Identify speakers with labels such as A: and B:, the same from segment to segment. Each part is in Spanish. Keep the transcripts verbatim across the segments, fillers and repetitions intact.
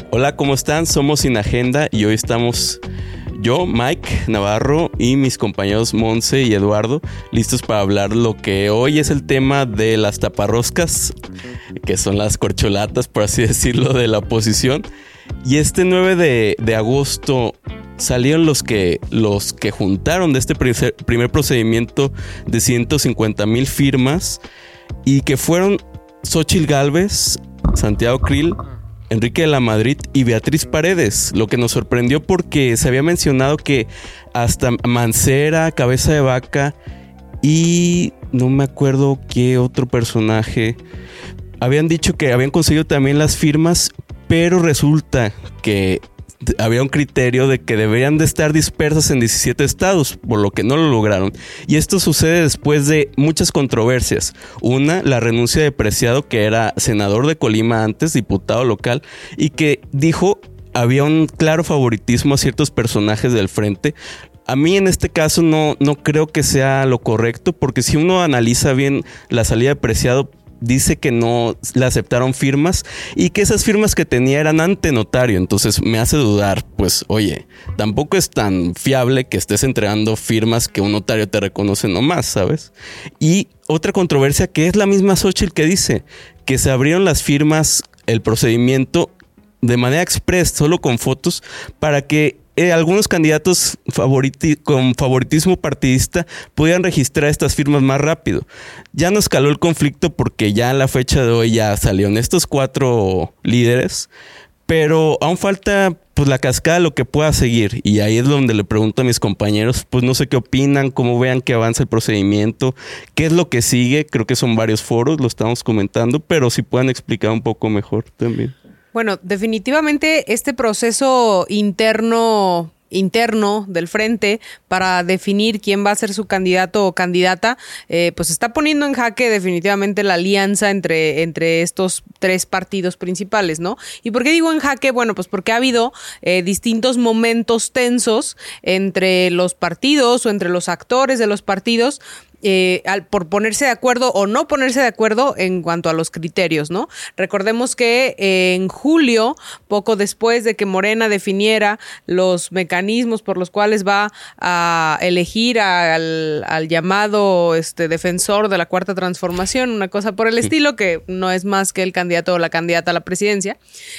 A: Hola, ¿cómo están? Somos Sin Agenda y hoy estamos yo, Mike Navarro, y mis compañeros Monse y Eduardo, listos para hablar lo que hoy es el tema de las taparroscas, que son las corcholatas, por así decirlo, de la oposición. Y este nueve de agosto salieron los que, los que juntaron de este primer, primer procedimiento de ciento cincuenta mil firmas y que fueron Xóchitl Gálvez, Santiago Krill, Enrique de la Madrid y Beatriz Paredes, lo que nos sorprendió porque se había mencionado que hasta Mancera, Cabeza de Vaca y no me acuerdo qué otro personaje habían dicho que habían conseguido también las firmas, pero resulta que había un criterio de que deberían de estar dispersas en diecisiete estados, por lo que no lo lograron. Y esto sucede después de muchas controversias. Una, la renuncia de Preciado, que era senador de Colima antes, diputado local, y que dijo había un claro favoritismo a ciertos personajes del frente. A mí en este caso no, no creo que sea lo correcto, porque si uno analiza bien la salida de Preciado, dice que no le aceptaron firmas y que esas firmas que tenía eran ante notario. Entonces me hace dudar, pues oye, tampoco es tan fiable que estés entregando firmas que un notario te reconoce nomás, ¿sabes? Y otra controversia que es la misma Xóchitl que dice que se abrieron las firmas, el procedimiento de manera express, solo con fotos, para que Eh, algunos candidatos favoriti- con favoritismo partidista pudieran registrar estas firmas más rápido. Ya nos caló el conflicto porque ya a la fecha de hoy ya salieron estos cuatro líderes, pero aún falta pues la cascada de lo que pueda seguir, y ahí es donde le pregunto a mis compañeros, pues no sé qué opinan, cómo vean que avanza el procedimiento, qué es lo que sigue. Creo que son varios foros, lo estamos comentando, pero si puedan explicar un poco mejor también.
B: Bueno, definitivamente este proceso interno interno del frente para definir quién va a ser su candidato o candidata, eh, pues está poniendo en jaque definitivamente la alianza entre, entre estos tres partidos principales, ¿no? ¿Y por qué digo en jaque? Bueno, pues porque ha habido eh, distintos momentos tensos entre los partidos o entre los actores de los partidos, Eh, al, por ponerse de acuerdo o no ponerse de acuerdo en cuanto a los criterios, ¿no? Recordemos que eh, en julio, poco después de que Morena definiera los mecanismos por los cuales va a elegir al, al llamado este, defensor de la Cuarta Transformación, una cosa por el sí. estilo, que no es más que el candidato o la candidata a la presidencia,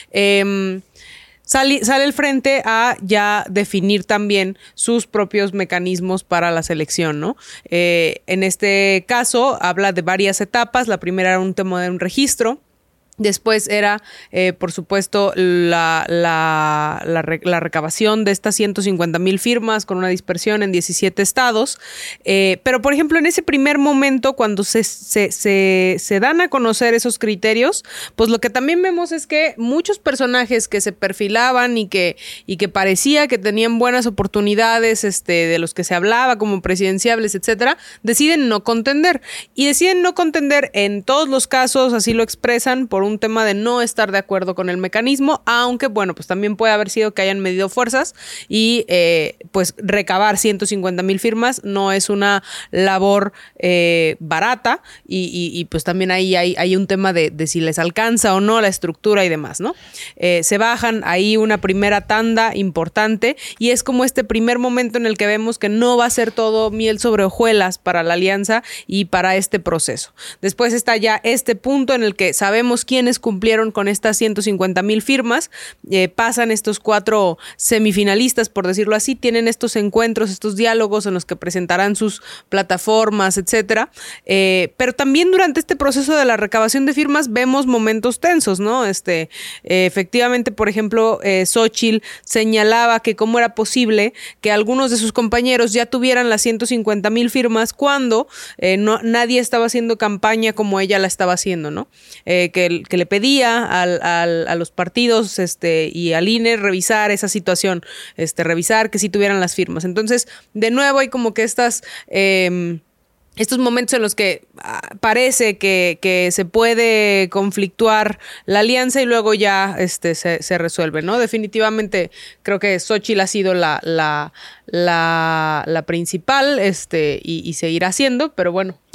B: eh, Sale, sale el frente a ya definir también sus propios mecanismos para la selección, ¿no? Eh, en este caso habla de varias etapas. La primera era un tema de un registro. Después era, eh, por supuesto, la, la, la, re, la recabación de estas ciento cincuenta mil firmas con una dispersión en diecisiete estados. Eh, pero, por ejemplo, en ese primer momento, cuando se, se, se, se dan a conocer esos criterios, pues lo que también vemos es que muchos personajes que se perfilaban y que, y que parecía que tenían buenas oportunidades, este, de los que se hablaba como presidenciables, etcétera, deciden no contender. Y deciden no contender en todos los casos, así lo expresan, por un tema de no estar de acuerdo con el mecanismo, aunque bueno, pues también puede haber sido que hayan medido fuerzas y eh, pues recabar ciento cincuenta mil firmas no es una labor eh, barata y, y, y pues también ahí hay, hay un tema de, de si les alcanza o no la estructura y demás, ¿no? Eh, se bajan ahí una primera tanda importante y es como este primer momento en el que vemos que no va a ser todo miel sobre hojuelas para la alianza y para este proceso. Después está ya este punto en el que sabemos quienes cumplieron con estas ciento cincuenta mil firmas, eh, pasan estos cuatro semifinalistas, por decirlo así, tienen estos encuentros, estos diálogos en los que presentarán sus plataformas, etcétera. Eh, pero también durante este proceso de la recabación de firmas vemos momentos tensos, ¿no? Este, eh, efectivamente, por ejemplo, eh, Xóchitl señalaba que cómo era posible que algunos de sus compañeros ya tuvieran las ciento cincuenta mil firmas cuando eh, no, nadie estaba haciendo campaña como ella la estaba haciendo, ¿no? Eh, que que le pedía al, al, a los partidos este, y al I N E revisar esa situación, este, revisar que sí tuvieran las firmas. Entonces, de nuevo hay como que estas... Eh, estos momentos en los que parece que, que se puede conflictuar la alianza y luego ya este, se, se resuelve, ¿no? Definitivamente creo que Xóchitl ha sido la, la, la, la principal este, y, y seguirá siendo, pero bueno.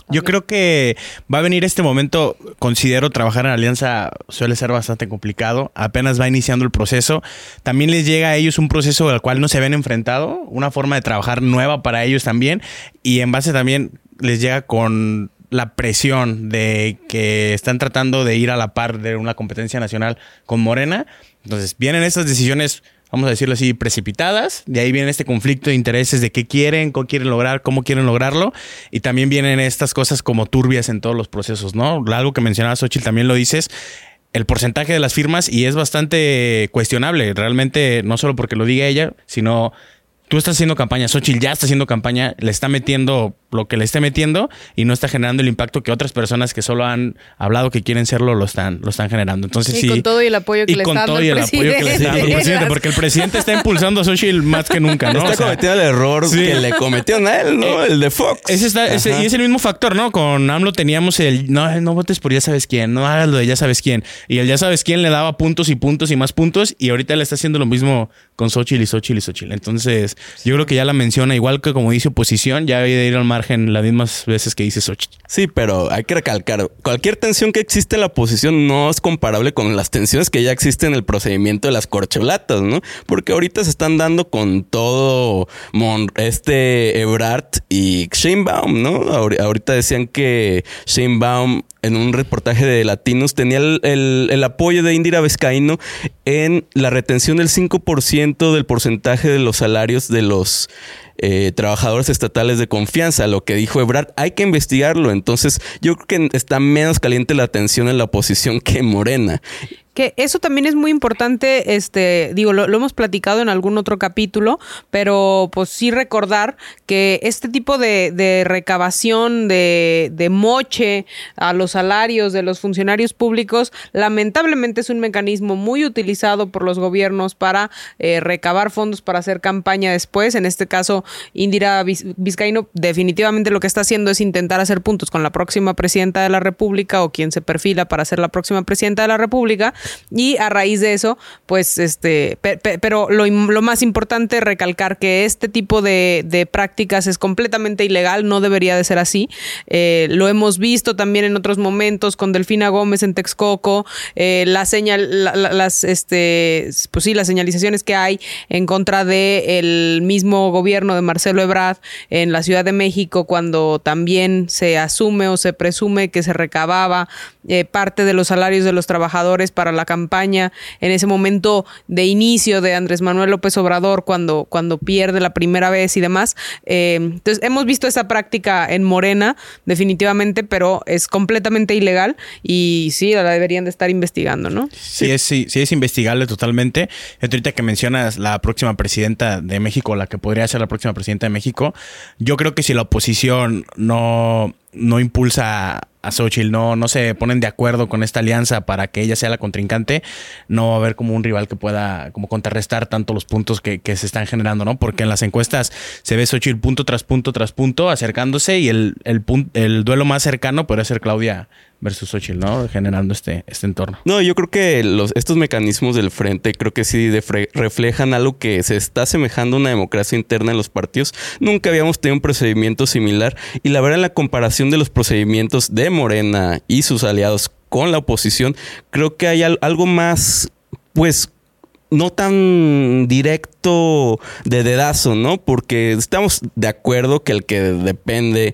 C: Yo creo que va a venir este momento, considero trabajar en alianza suele ser bastante complicado, apenas va iniciando el proceso. También les llega a ellos un proceso al cual no se habían enfrentado, una forma de trabajar nueva para ellos también, y en base también les llega con la presión de que están tratando de ir a la par de una competencia nacional con Morena. Entonces vienen estas decisiones, vamos a decirlo así, precipitadas. De ahí viene este conflicto de intereses de qué quieren, cómo quieren lograr, cómo quieren lograrlo. Y también vienen estas cosas como turbias en todos los procesos, ¿no? Algo que mencionaba Xochitl también lo dices, el porcentaje de las firmas, y es bastante cuestionable. Realmente, no solo porque lo diga ella, sino tú estás haciendo campaña, Xochitl ya está haciendo campaña, le está metiendo lo que le esté metiendo y no está generando el impacto que otras personas que solo han hablado que quieren serlo lo están, lo están generando. Entonces,
B: y
C: sí,
B: con todo y el apoyo que le está dando el presidente. Y con todo y el apoyo que le está dando el presidente, porque el presidente está impulsando a Xochitl más que nunca, ¿no?
A: Está o sea, cometiendo el error sí. que le cometieron a él, ¿no? El de Fox.
C: Ese está, ese, y es el mismo factor, ¿no? Con AMLO teníamos el no, no votes por ya sabes quién, no hagas lo de ya sabes quién. Y el ya sabes quién le daba puntos y puntos y más puntos, y ahorita le está haciendo lo mismo con Xochitl y Xochitl y Xochitl. Entonces, yo creo que ya la menciona, igual que como dice oposición, ya debe ir al margen las mismas veces que dice Xochitl.
A: Sí, pero hay que recalcar, cualquier tensión que existe en la oposición no es comparable con las tensiones que ya existen en el procedimiento de las corcholatas, ¿no? Porque ahorita se están dando con todo Mon este Ebrard y Sheinbaum, ¿no? Ahorita decían que Sheinbaum en un reportaje de Latinos tenía el, el, el apoyo de Indira Vizcaíno en la retención del cinco por ciento del porcentaje de los salarios de los eh, trabajadores estatales de confianza. Lo que dijo Ebrard, hay que investigarlo. Entonces yo creo que está menos caliente la tensión en la oposición que en Morena.
B: Que eso también es muy importante, este, digo, lo, lo hemos platicado en algún otro capítulo, pero pues sí recordar que este tipo de, de recabación, de, de moche a los salarios de los funcionarios públicos, lamentablemente es un mecanismo muy utilizado por los gobiernos para eh, recabar fondos para hacer campaña después. En este caso, Indira Vizcaíno definitivamente lo que está haciendo es intentar hacer puntos con la próxima presidenta de la República o quien se perfila para ser la próxima presidenta de la República. Y a raíz de eso, pues, este, pe, pe, pero lo, lo más importante recalcar que este tipo de, de prácticas es completamente ilegal, no debería de ser así. Eh, lo hemos visto también en otros momentos con Delfina Gómez en Texcoco, eh, la señal, la, la, las, este, pues sí, las señalizaciones que hay en contra de el mismo gobierno de Marcelo Ebrard en la Ciudad de México, cuando también se asume o se presume que se recababa eh, parte de los salarios de los trabajadores para la campaña en ese momento de inicio de Andrés Manuel López Obrador cuando, cuando pierde la primera vez y demás. Eh, entonces hemos visto esa práctica en Morena definitivamente, pero es completamente ilegal y sí, la deberían de estar investigando, ¿no?
C: Sí, es, sí, sí es investigable totalmente. Ahorita que mencionas la próxima presidenta de México, la que podría ser la próxima presidenta de México, yo creo que si la oposición no, no impulsa a Xochitl, no, no se ponen de acuerdo con esta alianza para que ella sea la contrincante, no va a haber como un rival que pueda como contrarrestar tanto los puntos que, que se están generando, ¿no? Porque en las encuestas se ve Xochitl punto tras punto tras punto acercándose y el, el, el duelo más cercano podría ser Claudia versus Xochitl, ¿no? Generando este, este entorno.
A: No, yo creo que los, estos mecanismos del frente creo que sí de fre, reflejan algo que se está asemejando a una democracia interna en los partidos. Nunca habíamos tenido un procedimiento similar y la verdad en la comparación de los procedimientos de Morena y sus aliados con la oposición, creo que hay al, algo más, pues, no tan directo de dedazo, ¿no? Porque estamos de acuerdo que el que depende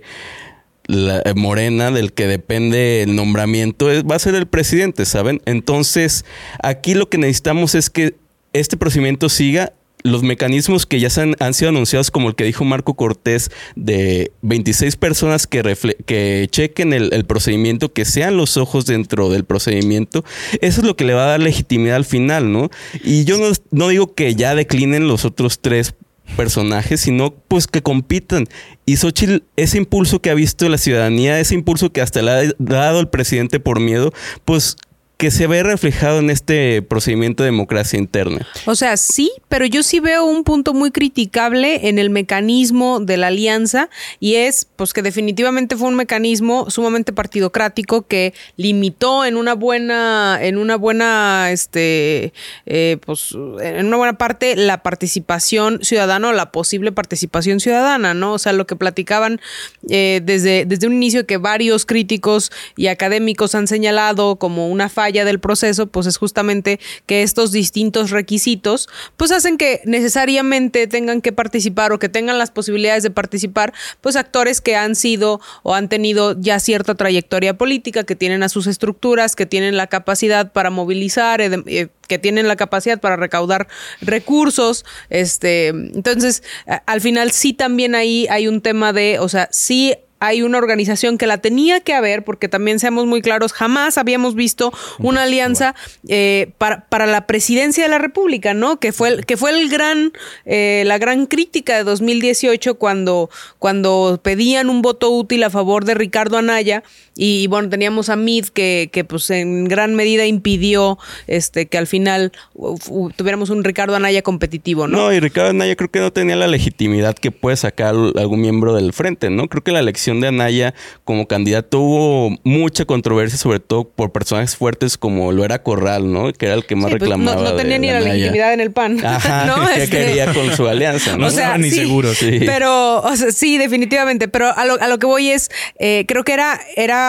A: la Morena, del que depende el nombramiento, es, va a ser el presidente, ¿saben? Entonces, aquí lo que necesitamos es que este procedimiento siga. Los mecanismos que ya se han, han sido anunciados, como el que dijo Marco Cortés, de veintiséis personas que, que chequen el, el procedimiento, que sean los ojos dentro del procedimiento, eso es lo que le va a dar legitimidad al final, ¿no? Y yo no, no digo que ya declinen los otros tres personajes, sino pues que compitan. Y Xochitl, ese impulso que ha visto la ciudadanía, ese impulso que hasta le ha dado el presidente por miedo, pues que se ve reflejado en este procedimiento de democracia interna.
B: O sea, sí, pero yo sí veo un punto muy criticable en el mecanismo de la alianza y es pues que definitivamente fue un mecanismo sumamente partidocrático que limitó en una buena, en una buena, este, eh, pues en una buena parte la participación ciudadana o la posible participación ciudadana, ¿no? O sea, lo que platicaban eh, desde, desde un inicio que varios críticos y académicos han señalado como una falla del proceso, pues es justamente que estos distintos requisitos pues hacen que necesariamente tengan que participar o que tengan las posibilidades de participar pues actores que han sido o han tenido ya cierta trayectoria política, que tienen a sus estructuras, que tienen la capacidad para movilizar, eh, que tienen la capacidad para recaudar recursos, este, entonces al final sí también ahí hay un tema de, o sea, sí hay una organización que la tenía que haber, porque también seamos muy claros, jamás habíamos visto una alianza eh, para, para la presidencia de la República, ¿no? Que fue el, que fue el gran, eh, la gran crítica de dos mil dieciocho cuando, cuando pedían un voto útil a favor de Ricardo Anaya. Y, y bueno, teníamos a Meade que, que pues en gran medida impidió este que al final uh, uh, tuviéramos un Ricardo Anaya competitivo, ¿no?
A: No, y Ricardo Anaya creo que no tenía la legitimidad que puede sacar algún miembro del frente, ¿no? Creo que la elección de Anaya como candidato hubo mucha controversia, sobre todo por personajes fuertes como lo era Corral, ¿no? Que era el que más sí, pues reclamaba.
B: No, no tenía
A: de,
B: ni
A: de
B: la
A: Anaya.
B: legitimidad en el P A N.
A: Ajá,
B: ¿no?
A: ¿qué
B: este...
A: quería con su alianza? No,
B: o sea,
C: no ni
B: sí,
C: seguro.
A: Sí.
B: Pero, o sea, sí, definitivamente. Pero a lo, a lo que voy es, eh, creo que era, era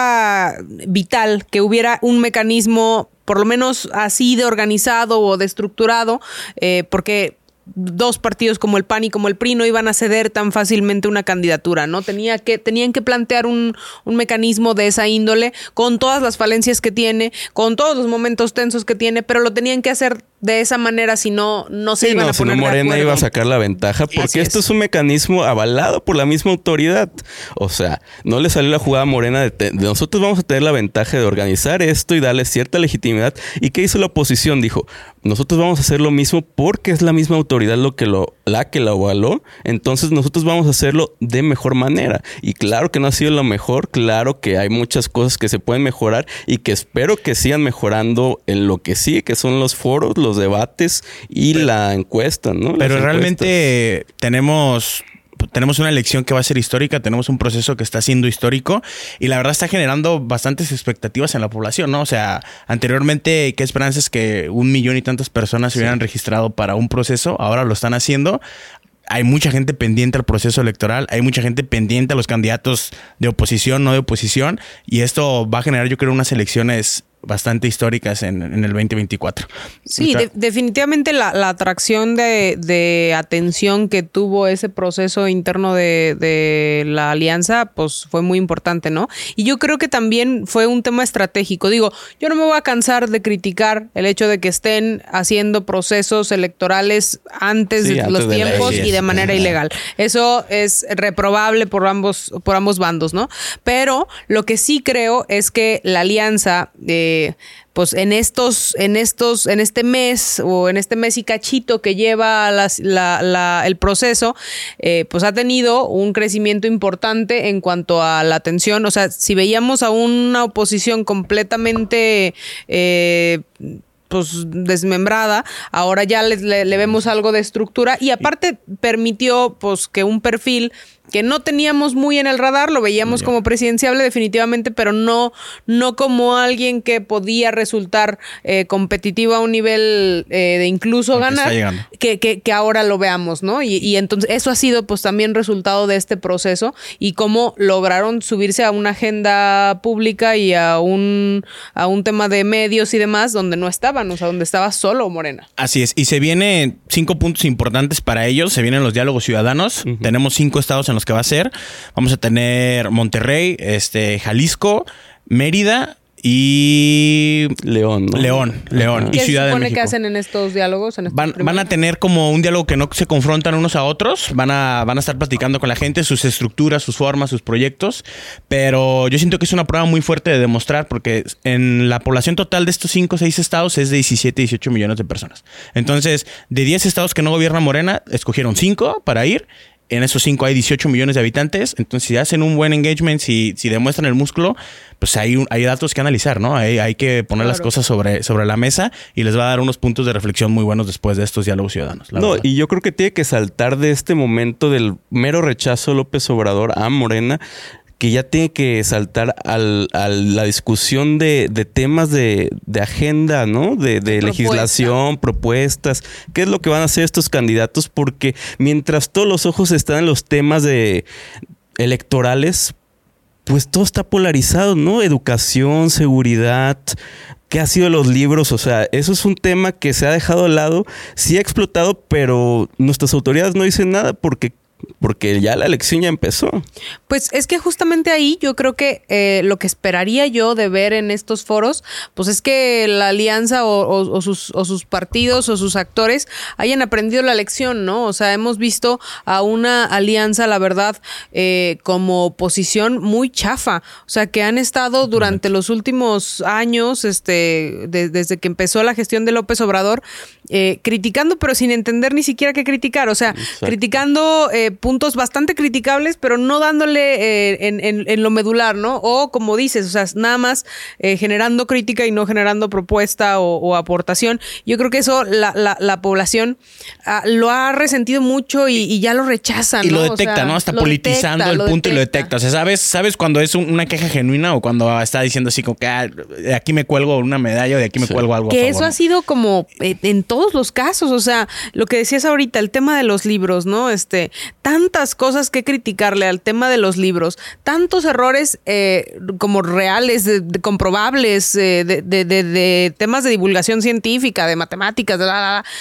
B: vital que hubiera un mecanismo, por lo menos así de organizado o de estructurado, eh, porque dos partidos como el P A N y como el P R I no iban a ceder tan fácilmente una candidatura, ¿no? Tenía que, tenían que plantear un, un mecanismo de esa índole, con todas las falencias que tiene, con todos los momentos tensos que tiene, pero lo tenían que hacer de esa manera, si no, no se
A: sí,
B: iban
A: no,
B: a poner
A: si no,
B: de
A: Morena
B: acuerdo.
A: iba a sacar la ventaja, porque esto es. es un mecanismo avalado por la misma autoridad. O sea, no le salió la jugada a Morena de, te, de nosotros vamos a tener la ventaja de organizar esto y darle cierta legitimidad. ¿Y qué hizo la oposición? Dijo, nosotros vamos a hacer lo mismo porque es la misma autoridad lo que lo, la que lo avaló, entonces nosotros vamos a hacerlo de mejor manera. Y claro que no ha sido lo mejor, claro que hay muchas cosas que se pueden mejorar y que espero que sigan mejorando en lo que sigue, que son los foros, los debates y pero, la encuesta, ¿no?
C: Pero Las realmente encuestas. tenemos... Tenemos una elección que va a ser histórica, tenemos un proceso que está siendo histórico y la verdad está generando bastantes expectativas en la población, ¿no? O sea, anteriormente, qué esperanzas que un millón y tantas personas se hubieran sí. registrado para un proceso, ahora lo están haciendo. Hay mucha gente pendiente al proceso electoral, hay mucha gente pendiente a los candidatos de oposición, no de oposición, y esto va a generar, yo creo, unas elecciones bastante históricas en, en el veinte veinticuatro.
B: Sí, de, definitivamente la, la atracción de, de atención que tuvo ese proceso interno de, de la alianza, pues fue muy importante, ¿no? Y yo creo que también fue un tema estratégico. Digo, yo no me voy a cansar de criticar el hecho de que estén haciendo procesos electorales antes sí, de antes los de tiempos y de manera Ajá. ilegal. Eso es reprobable por ambos, por ambos bandos, ¿no? Pero lo que sí creo es que la alianza... Eh, pues en estos, en estos, en este mes o en este mes y cachito que lleva las, la, la, el proceso, eh, pues ha tenido un crecimiento importante en cuanto a la atención. O sea, si veíamos a una oposición completamente eh, pues desmembrada, ahora ya le, le, le vemos algo de estructura y aparte permitió pues que un perfil que no teníamos muy en el radar, lo veíamos yeah. como presidenciable definitivamente, pero no, no como alguien que podía resultar eh, competitivo a un nivel eh, de incluso ganar, que, que, que ahora lo veamos, ¿no? Y, y entonces eso ha sido pues también resultado de este proceso y cómo lograron subirse a una agenda pública y a un, a un tema de medios y demás donde no estaban, o sea, donde estaba solo Morena.
C: Así es, y se vienen cinco puntos importantes para ellos, se vienen los diálogos ciudadanos, uh-huh. tenemos cinco estados en los que va a ser. Vamos a tener Monterrey, este, Jalisco, Mérida y
A: León, ¿no?
C: León, León
B: y
C: Ciudad de México. ¿Qué se supone
B: que hacen en estos diálogos? En estos
C: van, van a tener como un diálogo que no se confrontan unos a otros. Van a, van a estar platicando con la gente, sus estructuras, sus formas, sus proyectos. Pero yo siento que es una prueba muy fuerte de demostrar porque en la población total de estos cinco o seis estados es de diecisiete, dieciocho millones de personas. Entonces, de diez estados que no gobierna Morena, escogieron cinco para ir. En esos cinco hay dieciocho millones de habitantes. Entonces, si hacen un buen engagement, si, si demuestran el músculo, pues hay, un, hay datos que analizar, ¿no? Hay, hay que poner claro. las cosas sobre, sobre la mesa y les va a dar unos puntos de reflexión muy buenos después de estos diálogos ciudadanos.
A: No,
C: verdad.
A: Y yo creo que tiene que saltar de este momento del mero rechazo a López Obrador a Morena, que ya tiene que saltar al, a la discusión de, de temas de, de agenda, ¿no? De, de legislación, propuestas. ¿Qué es lo que van a hacer estos candidatos? Porque mientras todos los ojos están en los temas de electorales, pues todo está polarizado, ¿no? Educación, seguridad. ¿Qué ha sido de los libros? O sea, eso es un tema que se ha dejado de lado. Sí ha explotado, pero nuestras autoridades no dicen nada porque Porque ya la elección ya empezó.
B: Pues es que justamente ahí yo creo que eh, lo que esperaría yo de ver en estos foros, pues es que la alianza o, o, o, sus, o sus partidos o sus actores hayan aprendido la lección, ¿no? O sea, hemos visto a una alianza, la verdad, eh, como oposición muy chafa. O sea, que han estado durante los últimos años, este, de, desde que empezó la gestión de López Obrador, eh, criticando, pero sin entender ni siquiera qué criticar. O sea, Exacto. criticando eh, puntos bastante criticables, pero no dándole eh, en, en, en lo medular, ¿no? O como dices, o sea, nada más eh, generando crítica y no generando propuesta o, o aportación. Yo creo que eso la, la, la población ah, lo ha resentido mucho y, y ya lo rechazan,
C: Y
B: ¿no?
C: lo detecta, o sea, ¿no? Está politizando detecta, el punto detecta. y lo detecta. O sea, ¿sabes, sabes cuando es un, una queja genuina o cuando está diciendo así como que ah, de aquí me cuelgo una medalla o de aquí me sí. cuelgo algo
B: Que
C: a favor,
B: eso
C: ¿no?
B: ha sido como eh, en todos los casos. O sea, lo que decías ahorita, el tema de los libros, ¿no? Este, tantas cosas que criticarle al tema de los libros, tantos errores eh, como reales, de, de comprobables, eh, de, de, de, de temas de divulgación científica, de matemáticas, de la, la, la,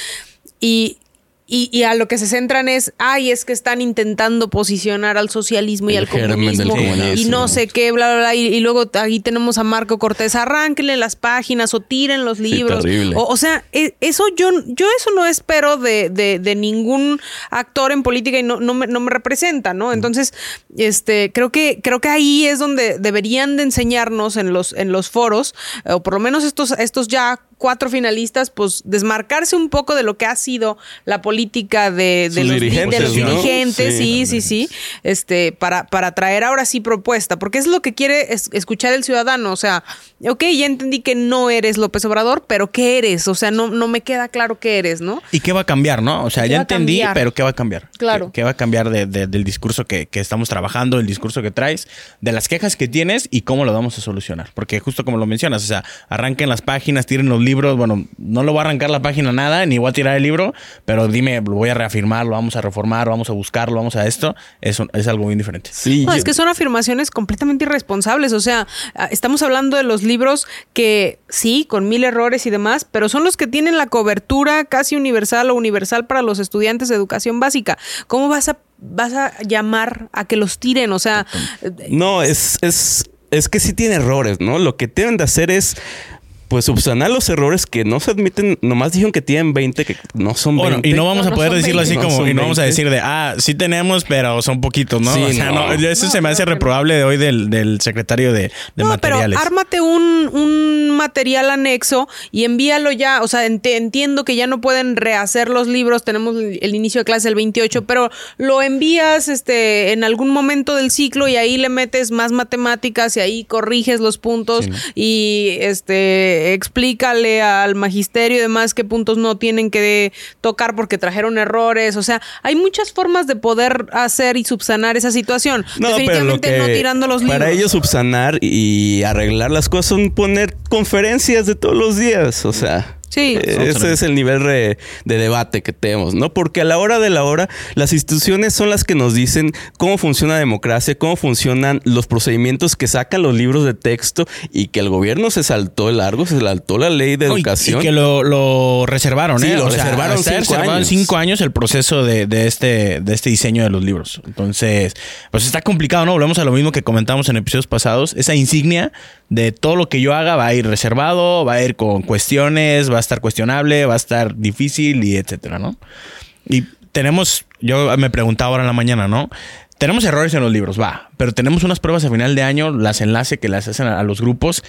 B: y Y, y a lo que se centran es, ay, es que están intentando posicionar al socialismo y
A: el
B: al comunismo y no sé qué, bla, bla, bla. Y, y luego ahí tenemos a Marco Cortés, arránquenle las páginas o tiren los libros.
A: Sí,
B: o, o sea, eso yo, yo eso no espero de, de, de ningún actor en política y no, no, me, no me representa, ¿no? Entonces, este, creo que, creo que ahí es donde deberían de enseñarnos en los, en los foros, o por lo menos estos, estos ya cuatro finalistas, pues desmarcarse un poco de lo que ha sido la política de, de los dirigentes, de los
A: ¿no?
B: dirigentes sí, sí, sí, sí, este, para, para traer ahora sí propuesta, porque es lo que quiere es, escuchar el ciudadano. O sea, ok, ya entendí que no eres López Obrador, pero ¿qué eres? O sea, no, no me queda claro qué eres, ¿no?
C: ¿Y qué va a cambiar, no? O sea, ya entendí, pero ¿qué va a cambiar?
B: Claro.
C: ¿Qué, qué va a cambiar de, de, del discurso que, que estamos trabajando, el discurso que traes, de las quejas que tienes y cómo lo vamos a solucionar? Porque justo como lo mencionas, o sea, arranquen las páginas, tiren los libros. Bueno, no lo voy a arrancar la página nada, ni voy a tirar el libro, pero dime, lo voy a reafirmar, lo vamos a reformar, lo vamos a buscar, lo vamos a esto. Eso es algo muy diferente.
B: Sí, no, yo... es que son afirmaciones completamente irresponsables. O sea, estamos hablando de los libros que sí, con mil errores y demás, pero son los que tienen la cobertura casi universal o universal para los estudiantes de educación básica. ¿Cómo vas a vas a llamar a que los tiren? O sea,
A: no, es, es, es que sí tiene errores, ¿no? Lo que deben de hacer es pues subsanar los errores que no se admiten. Nomás dijeron que tienen veinte, que no son veinte.
C: Bueno, y no vamos
B: no,
C: a poder
B: no
C: decirlo
B: veinte.
C: así como,
A: no
C: y no vamos a
A: veinte.
C: decir de, ah, sí tenemos, pero son poquitos, ¿no?
A: Sí,
C: o sea,
A: no.
C: no, eso
B: no,
C: se me hace reprobable de hoy del, del secretario de, de
B: no,
C: materiales.
B: Pero ármate un, un material anexo y envíalo ya. O sea, ent- entiendo que ya no pueden rehacer los libros. Tenemos el inicio de clase el veintiocho, pero lo envías este, en algún momento del ciclo y ahí le metes más matemáticas y ahí corriges los puntos, sí, ¿no? Y este explícale al magisterio y demás qué puntos no tienen que tocar porque trajeron errores. O sea, hay muchas formas de poder hacer y subsanar esa situación.
A: No,
B: definitivamente
A: pero lo que
B: no tirando los libros.
A: Para ellos subsanar y arreglar las cosas son poner conferencias de todos los días. O sea,
B: sí,
A: eh, ese es el nivel re, de debate que tenemos, ¿no? Porque a la hora de la hora, las instituciones son las que nos dicen cómo funciona la democracia, cómo funcionan los procedimientos que sacan los libros de texto, y que el gobierno se saltó el largo, se saltó la ley de
C: oh,
A: educación.
C: Y, y que lo, lo reservaron,
A: sí,
C: ¿eh?
A: lo
C: o sea,
A: reservaron
C: está
A: cinco
C: reservado
A: años.
C: cinco años el proceso de, de, este, de este diseño de los libros. Entonces, pues está complicado, ¿no? Volvemos a lo mismo que comentamos en episodios pasados. Esa insignia de todo lo que yo haga va a ir reservado, va a ir con cuestiones, va a estar cuestionable, va a estar difícil y etcétera, ¿no? Y tenemos, yo me preguntaba ahora en la mañana, ¿no? Tenemos errores en los libros, va, pero tenemos unas pruebas a final de año, las enlace que las hacen a, a los grupos,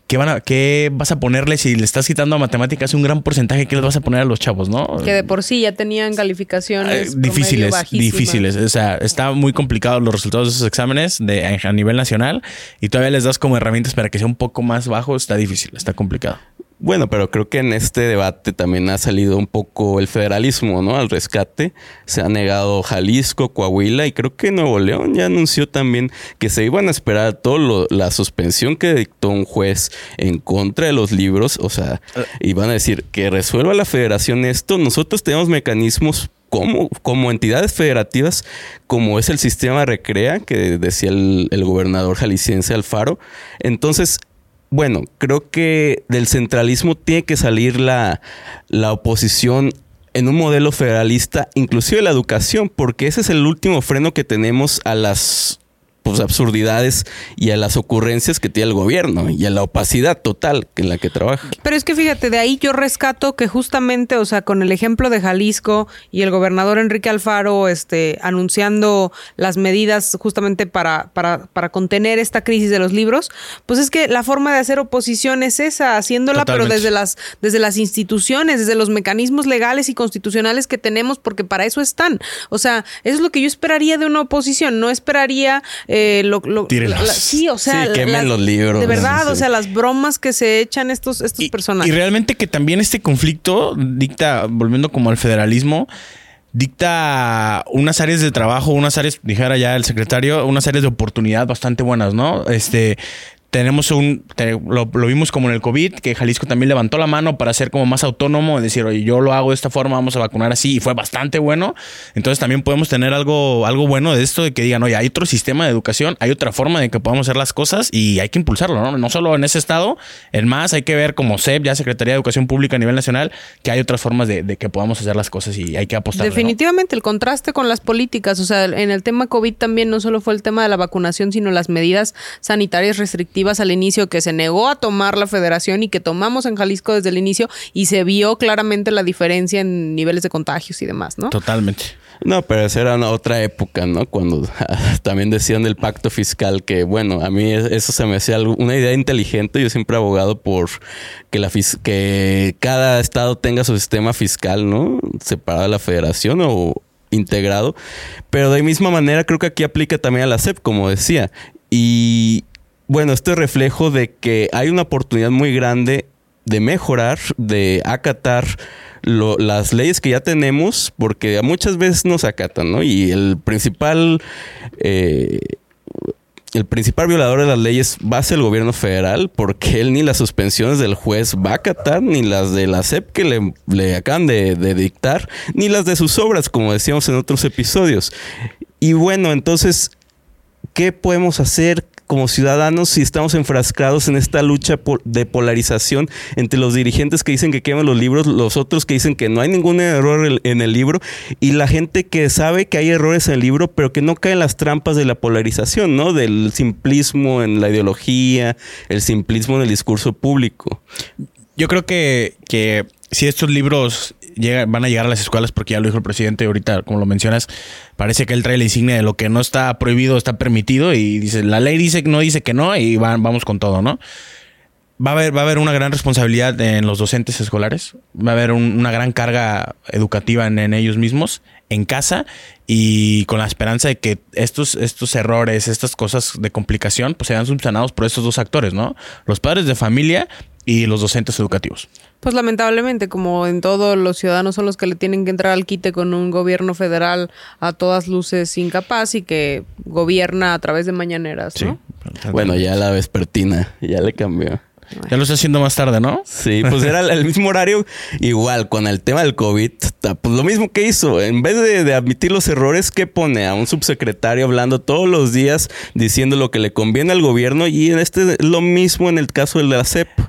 C: ¿qué, van a, ¿qué vas a ponerle si le estás quitando a matemáticas un gran porcentaje? ¿Qué les vas a poner a los chavos, no?
B: Que de por sí ya tenían calificaciones
C: eh, difíciles, difíciles. O sea, está muy complicado los resultados de esos exámenes de, a nivel nacional y todavía les das como herramientas para que sea un poco más bajo. Está difícil, está complicado.
A: Bueno, pero creo que en este debate también ha salido un poco el federalismo, ¿no? Al rescate. Se ha negado Jalisco, Coahuila y creo que Nuevo León ya anunció también que se iban a esperar todo lo, la suspensión que dictó un juez en contra de los libros. O sea, iban a decir que resuelva la federación esto. Nosotros tenemos mecanismos como, como entidades federativas, como es el sistema Recrea, que decía el, el gobernador jalisciense Alfaro. Entonces, bueno, creo que del centralismo tiene que salir la, la oposición en un modelo federalista, inclusive la educación, porque ese es el último freno que tenemos a las pues, absurdidades y a las ocurrencias que tiene el gobierno y a la opacidad total en la que trabaja.
B: Pero es que fíjate, de ahí yo rescato que justamente, o sea, con el ejemplo de Jalisco y el gobernador Enrique Alfaro este, anunciando las medidas justamente para, para, para contener esta crisis de los libros, pues es que la forma de hacer oposición es esa, haciéndola, Totalmente. pero desde las, desde las instituciones, desde los mecanismos legales y constitucionales que tenemos, porque para eso están. O sea, eso es lo que yo esperaría de una oposición. No esperaría... Eh, lo, lo, la, la, sí, o sea,
A: sí, quemen la, los libros.
B: De verdad,
A: sí.
B: o sea, las bromas que se echan estos, estos
C: y,
B: personajes.
C: Y realmente que también este conflicto dicta, volviendo como al federalismo, dicta unas áreas de trabajo, unas áreas, dijera ya el secretario, unas áreas de oportunidad bastante buenas, ¿no? Este... Tenemos un, te, lo, lo vimos como en el COVID, que Jalisco también levantó la mano para ser como más autónomo, decir, oye, yo lo hago de esta forma, vamos a vacunar así, y fue bastante bueno. Entonces también podemos tener algo, algo bueno de esto, de que digan, oye, hay otro sistema de educación, hay otra forma de que podamos hacer las cosas y hay que impulsarlo, ¿no? No solo en ese estado, en más hay que ver como S E P, ya Secretaría de Educación Pública a nivel nacional, que hay otras formas de, de que podamos hacer las cosas y hay que apostar.
B: Definitivamente,
C: ¿no?
B: El contraste con las políticas, o sea, en el tema COVID también no solo fue el tema de la vacunación, sino las medidas sanitarias restrictivas al inicio que se negó a tomar la federación y que tomamos en Jalisco desde el inicio y se vio claramente la diferencia en niveles de contagios y demás, ¿no?
C: Totalmente.
A: No, pero esa era una otra época, ¿no? Cuando también decían del pacto fiscal, que bueno, a mí eso se me hacía una idea inteligente. Yo siempre he abogado por que, la fis- que cada estado tenga su sistema fiscal, ¿no? Separado de la federación o integrado. Pero de misma manera creo que aquí aplica también a la S E P, como decía. Y bueno, esto es reflejo de que hay una oportunidad muy grande de mejorar, de acatar lo, las leyes que ya tenemos, porque muchas veces no se acatan, ¿no? Y el principal, eh, el principal violador de las leyes va a ser el gobierno federal, porque él ni las suspensiones del juez va a acatar, ni las de la S E P que le, le acaban de, de dictar, ni las de sus obras, como decíamos en otros episodios. Y bueno, entonces, ¿qué podemos hacer como ciudadanos si estamos enfrascados en esta lucha de polarización entre los dirigentes que dicen que queman los libros, los otros que dicen que no hay ningún error en el libro, y la gente que sabe que hay errores en el libro pero que no cae en las trampas de la polarización, ¿no? Del simplismo en la ideología, el simplismo en el discurso público?
C: Yo creo que, que si estos libros llegan, van a llegar a las escuelas, porque ya lo dijo el presidente ahorita, como lo mencionas, parece que él trae la insignia de lo que no está prohibido está permitido, y dice, la ley dice que no, dice que no, y va, vamos con todo, ¿no? Va a haber, va a haber una gran responsabilidad en los docentes escolares, va a haber un, una gran carga educativa en, en ellos mismos, en casa, y con la esperanza de que estos, estos errores, estas cosas de complicación, pues sean subsanados por estos dos actores, ¿no? Los padres de familia y los docentes educativos.
B: Pues lamentablemente, como en todo, los ciudadanos son los que le tienen que entrar al quite con un gobierno federal a todas luces incapaz y que gobierna a través de mañaneras, ¿no?
A: Sí. Bueno, ya la vespertina, ya le cambió.
C: Ya lo está haciendo más tarde, ¿no?
A: Sí, pues era el mismo horario, igual con el tema del COVID, pues lo mismo que hizo. En vez de, de admitir los errores, ¿qué pone? A un subsecretario hablando todos los días, diciendo lo que le conviene al gobierno, y en este lo mismo en el caso de la S E P.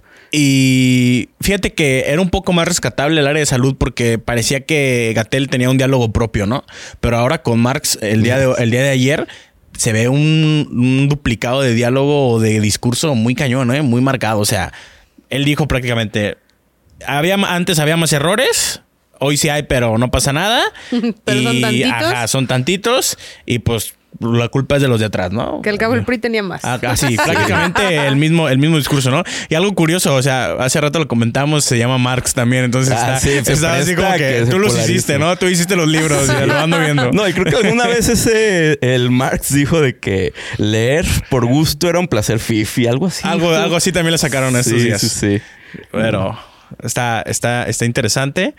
C: Y fíjate que era un poco más rescatable el área de salud porque parecía que Gatell tenía un diálogo propio, ¿no? Pero ahora con Marx, el día de, el día de ayer, se ve un, un duplicado de diálogo o de discurso muy cañón, ¿eh? Muy marcado. O sea, él dijo prácticamente, había antes había más errores, hoy sí hay, pero no pasa nada.
B: Pero
C: y,
B: son tantitos.
C: Ajá, son tantitos. Y pues la culpa es de los de atrás, ¿no?
B: Que al cabo el P R I tenía más.
C: Ah, ah, sí, prácticamente el mismo, el mismo discurso, ¿no? Y algo curioso, o sea, hace rato lo comentamos, se llama Marx también, entonces
A: Ah,
C: está,
A: sí, se
C: está así
A: presta
C: como que,
A: que se
C: tú los
A: polarice.
C: hiciste, ¿no? Tú hiciste los libros, ya lo ando viendo.
A: No, y creo que alguna vez ese el Marx dijo de que leer por gusto era un placer fifi, algo así.
C: Algo, algo así también le sacaron estos
A: sí,
C: días.
A: sí, sí.
C: Pero está, está, está interesante.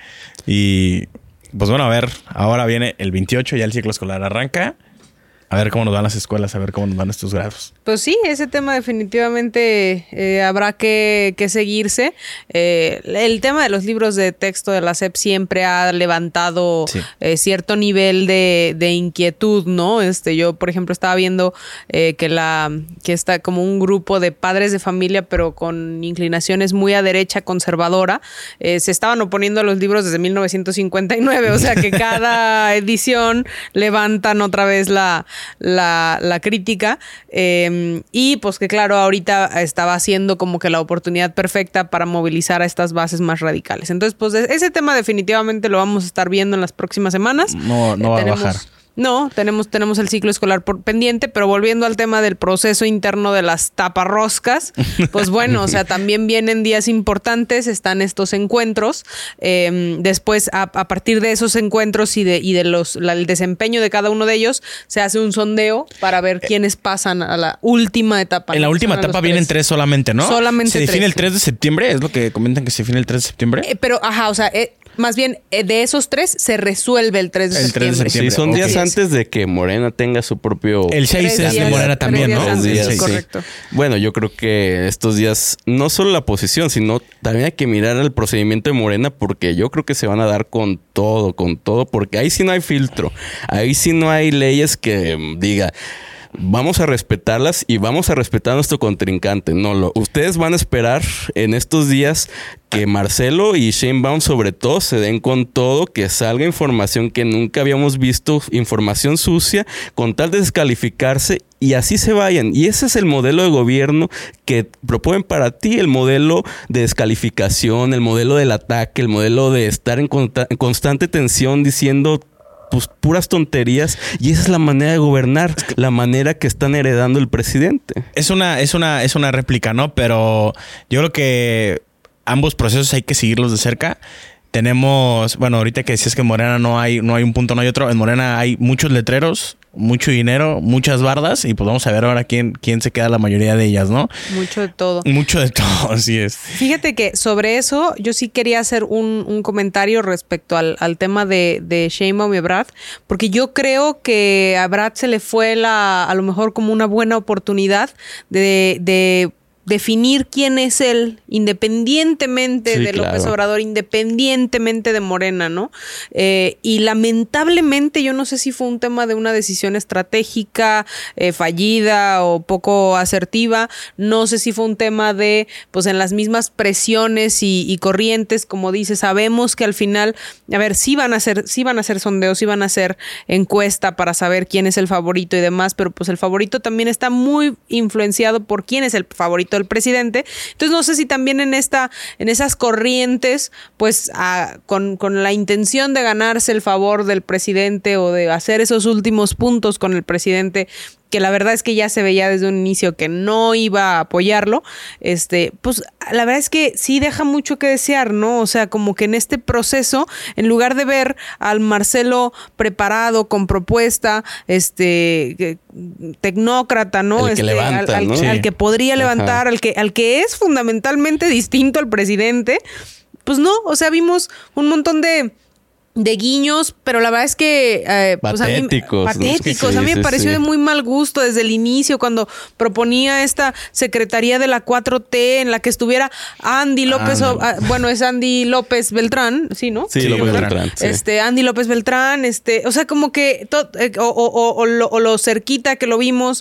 C: Y pues bueno, a ver, ahora viene el veintiocho, ya el ciclo escolar arranca. A ver cómo nos van las escuelas, a ver cómo nos van estos grados.
B: Pues sí, ese tema definitivamente eh, habrá que, que seguirse. Eh, el tema de los libros de texto de la S E P siempre ha levantado
C: Sí.
B: eh, cierto nivel de, de inquietud, ¿no? Este, yo, por ejemplo, estaba viendo eh, que la que está como un grupo de padres de familia, pero con inclinaciones muy a derecha conservadora, eh, se estaban oponiendo a los libros desde mil novecientos cincuenta y nueve. O sea que cada edición levantan otra vez la La, la crítica eh, y pues que claro, ahorita estaba siendo como que la oportunidad perfecta para movilizar a estas bases más radicales. Entonces, pues ese tema definitivamente lo vamos a estar viendo en las próximas semanas.
C: No, no
B: Eh,
C: va
B: tenemos-
C: a bajar.
B: No, tenemos, tenemos el ciclo escolar por pendiente, pero volviendo al tema del proceso interno de las taparroscas, pues bueno, o sea, también vienen días importantes, están estos encuentros. Eh, después, a, a partir de esos encuentros y de, y de los la- el desempeño de cada uno de ellos, se hace un sondeo para ver quiénes pasan a la última etapa.
C: En la
B: ¿no?
C: última
B: Son a los
C: etapa vienen tres solamente, ¿no?
B: Solamente
C: Se define
B: tres.
C: el tres de septiembre, es lo que comentan que se define el tres de septiembre.
B: Eh, pero, ajá, o sea, eh, más bien, eh, de esos tres se resuelve el tres de
C: El tres de
B: septiembre.
C: septiembre.
A: Sí, son
C: Ok.
A: días antes de que Morena tenga su propio...
C: El seis
B: Tres
C: es de
B: días-
C: Morena
B: tres
C: también,
B: días
C: ¿no?
B: antes,
C: El
A: días,
C: seis.
A: sí.
B: correcto.
A: Bueno, yo creo que estos días no solo la posición, sino también hay que mirar el procedimiento de Morena porque yo creo que se van a dar con todo, con todo, porque ahí sí no hay filtro, ahí sí no hay leyes que mm, diga... Vamos a respetarlas y vamos a respetar a nuestro contrincante. No, lo, ustedes van a esperar en estos días que Marcelo y Sheinbaum sobre todo se den con todo, que salga información que nunca habíamos visto, información sucia, con tal de descalificarse y así se vayan. Y ese es el modelo de gobierno que proponen para ti, el modelo de descalificación, el modelo del ataque, el modelo de estar en, conta- en constante tensión diciendo... pues puras tonterías y esa es la manera de gobernar, la manera que están heredando el presidente.
C: Es una, es una, es una réplica, ¿no? Pero yo creo que ambos procesos hay que seguirlos de cerca. Tenemos, bueno, ahorita que decías que en Morena no hay, no hay un punto, no hay otro. En Morena hay muchos letreros, mucho dinero, muchas bardas, y pues vamos a ver ahora quién, quién se queda la mayoría de ellas, ¿no?
B: Mucho de todo.
C: Mucho de todo, así es.
B: Fíjate que sobre eso yo sí quería hacer un, un comentario respecto al, al tema de, de Sheinbaum y Ebrard, porque yo creo que a Ebrard se le fue la, a lo mejor como una buena oportunidad de, de definir quién es él, independientemente
A: Sí,
B: de López
A: claro.
B: Obrador, independientemente de Morena, ¿no? Eh, y lamentablemente yo no sé si fue un tema de una decisión estratégica eh, fallida o poco asertiva, no sé si fue un tema de, pues en las mismas presiones y, y corrientes, como dice, sabemos que al final, a ver, sí van a hacer, sí van a hacer sondeos, sí van a hacer encuesta para saber quién es el favorito y demás, pero pues el favorito también está muy influenciado por quién es el favorito del presidente. Entonces no sé si también en esta, en esas corrientes, pues a, con, con la intención de ganarse el favor del presidente o de hacer esos últimos puntos con el presidente, que la verdad es que ya se veía desde un inicio que no iba a apoyarlo, este, pues la verdad es que sí deja mucho que desear, ¿no? O sea, como que en este proceso, en lugar de ver al Marcelo preparado, con propuesta, este, que- tecnócrata, ¿no?
A: El que
B: Este,
A: levanta,
B: al, al-
A: ¿no?
B: al
C: Sí.
B: que podría levantar, al que, al que es fundamentalmente distinto al presidente, pues no, o sea, vimos un montón de de guiños, pero la verdad es que eh, pues a mí-
A: Patéticos, ¿no?
B: patéticos,
A: Sí,
B: a mí me
A: sí,
B: pareció
A: sí.
B: de muy mal gusto desde el inicio cuando proponía esta Secretaría de la cuatro T en la que estuviera Andy López,
C: Ah,
B: o- ah, bueno, es Andy López Beltrán, sí, ¿no?
A: Sí,
C: Sí,
A: López
C: Beltrán.
A: Beltrán. sí.
B: Este, Andy López Beltrán, este, o sea, como que to- eh, o, o- o- o lo, o lo cerquita que lo vimos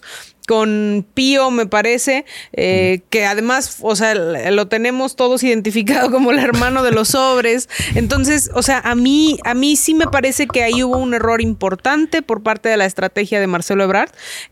B: con Pío, me parece, eh, que además, o sea, lo tenemos todos identificado como el hermano de los sobres. Entonces, o sea, a mí, a mí sí me parece que ahí hubo un error importante por parte de la estrategia de Marcelo Ebrard,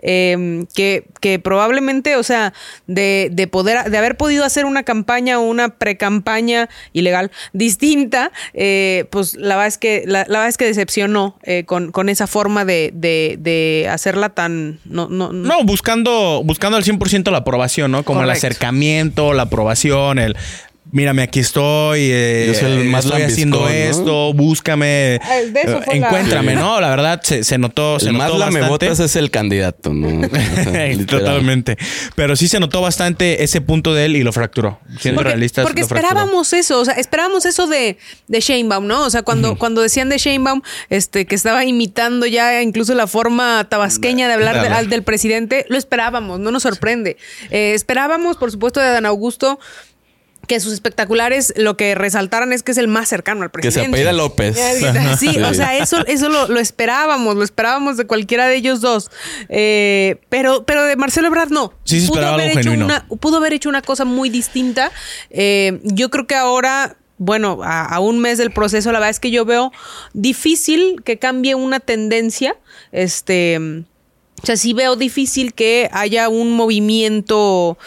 B: eh, que, que probablemente, o sea, de, de poder, de haber podido hacer una campaña o una precampaña ilegal distinta, eh, pues la verdad es que, la, la verdad es que decepcionó eh, con, con esa forma de, de, de hacerla tan... No, no,
C: no busca Buscando, buscando al cien por ciento la aprobación, ¿no? Como
B: Correcto.
C: el acercamiento, la aprobación, el... Mírame, aquí estoy, eh,
A: Yo soy el más
C: estoy haciendo
A: lambiscón, ¿no?
C: esto, búscame,
B: De eso
C: eh,
B: fue la-
C: encuéntrame, ¿no? La verdad, se, se notó, se
A: El más
C: notó
A: la me
C: bastante.
A: botas es el candidato, ¿no? O sea, literal.
C: Totalmente. Pero sí se notó bastante ese punto de él y lo fracturó. Siendo
B: Porque,
C: realistas,
B: porque
C: lo fracturó.
B: esperábamos eso, o sea, esperábamos eso de, de Sheinbaum, ¿no? O sea, cuando, uh-huh. cuando decían de Sheinbaum, este, que estaba imitando ya incluso la forma tabasqueña de hablar de, al, del presidente, lo esperábamos, no nos sorprende. Eh, esperábamos, por supuesto, de Adán Augusto, que sus espectaculares lo que resaltaran es que es el más cercano al presidente.
A: Que se apellida López.
B: Sí, sí, o sea, eso, eso lo, lo esperábamos, lo esperábamos de cualquiera de ellos dos. Eh, pero, pero de Marcelo Ebrard no.
C: Sí, se
B: pudo
C: esperaba
B: haber
C: algo
B: hecho
C: genuino.
B: una, pudo haber hecho una cosa muy distinta. Eh, yo creo que ahora, bueno, a, a un mes del proceso, la verdad es que yo veo difícil que cambie una tendencia. Este. O sea, sí veo difícil que haya un movimiento,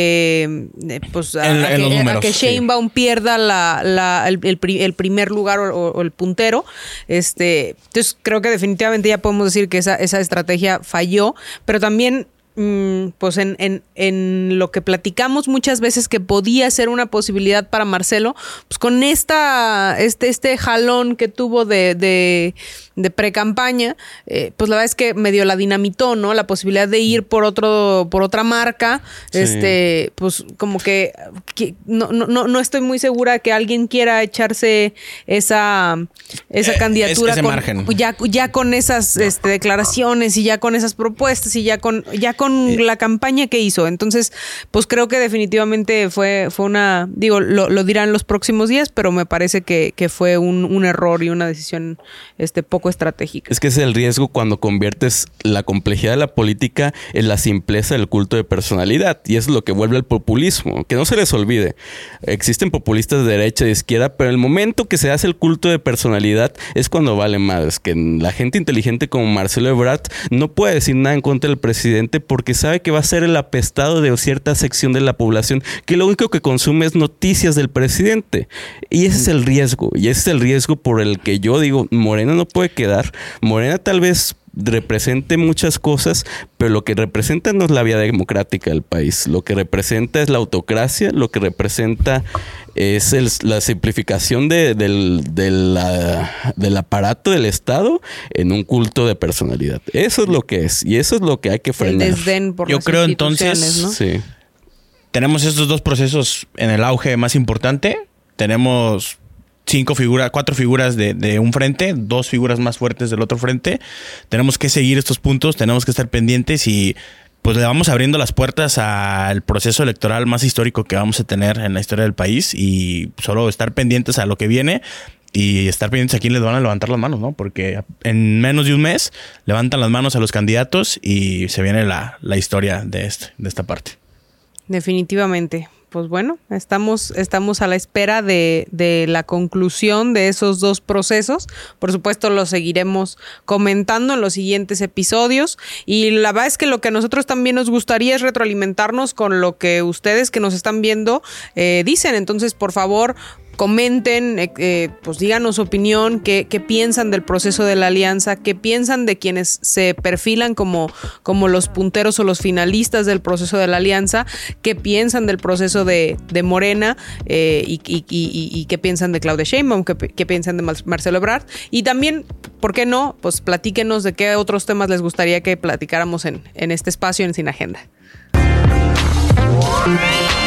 B: eh, pues, a,
C: en,
B: a,
C: en
B: que,
C: números,
B: a que Sheinbaum sí. pierda la, la, el, el, el primer lugar o, o el puntero. Este, entonces, creo que definitivamente ya podemos decir que esa, esa estrategia falló, pero también... pues en, en, en lo que platicamos muchas veces que podía ser una posibilidad para Marcelo, pues con esta este, este jalón que tuvo de, de, de pre-campaña, eh, pues la verdad es que medio la dinamitó, ¿no? La posibilidad de ir por otro, por otra marca, sí. este, pues como que, que no, no, no estoy muy segura que alguien quiera echarse esa, esa eh, candidatura
C: ese
B: con,
C: margen.
B: Ya, ya con esas este, declaraciones y ya con esas propuestas y ya con, ya con con la campaña que hizo. Entonces, pues creo que definitivamente fue, fue una, digo, lo, lo dirán los próximos días, pero me parece que, que fue un, un error y una decisión este, poco estratégica.
A: Es que es el riesgo cuando conviertes la complejidad de la política en la simpleza del culto de personalidad, y eso es lo que vuelve al populismo. Que no se les olvide, existen populistas de derecha y de izquierda, pero el momento que se hace el culto de personalidad es cuando vale más. Es que la gente inteligente como Marcelo Ebrard no puede decir nada en contra del presidente por porque sabe que va a ser el apestado de cierta sección de la población que lo único que consume es noticias del presidente. Y ese es el riesgo. Y ese es el riesgo por el que yo digo, Morena no puede quedar. Morena tal vez represente muchas cosas, pero lo que representa no es la vía democrática del país. Lo que representa es la autocracia, lo que representa es el, la simplificación de, del, de la, del aparato del Estado en un culto de personalidad. Eso es lo que es, y eso es lo que hay que frenar.
B: El desdén por
C: Yo
B: las
C: creo entonces,
B: ¿no?
A: Sí.
C: Tenemos estos dos procesos en el auge más importante. Tenemos cinco figuras, cuatro figuras de, de un frente, dos figuras más fuertes del otro frente. Tenemos que seguir estos puntos, tenemos que estar pendientes y pues le vamos abriendo las puertas al proceso electoral más histórico que vamos a tener en la historia del país, y solo estar pendientes a lo que viene y estar pendientes a quién les van a levantar las manos, ¿no? Porque en menos de un mes levantan las manos a los candidatos y se viene la, la historia de, este, de esta parte.
B: Definitivamente. Pues bueno, estamos, estamos a la espera de, de la conclusión de esos dos procesos. Por supuesto, lo seguiremos comentando en los siguientes episodios. Y la verdad es que lo que a nosotros también nos gustaría es retroalimentarnos con lo que ustedes que nos están viendo eh, dicen. Entonces, por favor, comenten, eh, eh, pues díganos su opinión, qué, qué piensan del proceso de la alianza, qué piensan de quienes se perfilan como, como los punteros o los finalistas del proceso de la alianza, qué piensan del proceso de, de Morena eh, y, y, y, y qué piensan de Claudia Sheinbaum, qué, qué piensan de Marcelo Ebrard. Y también, ¿por qué no? Pues platíquenos de qué otros temas les gustaría que platicáramos en, en este espacio en Sin Agenda.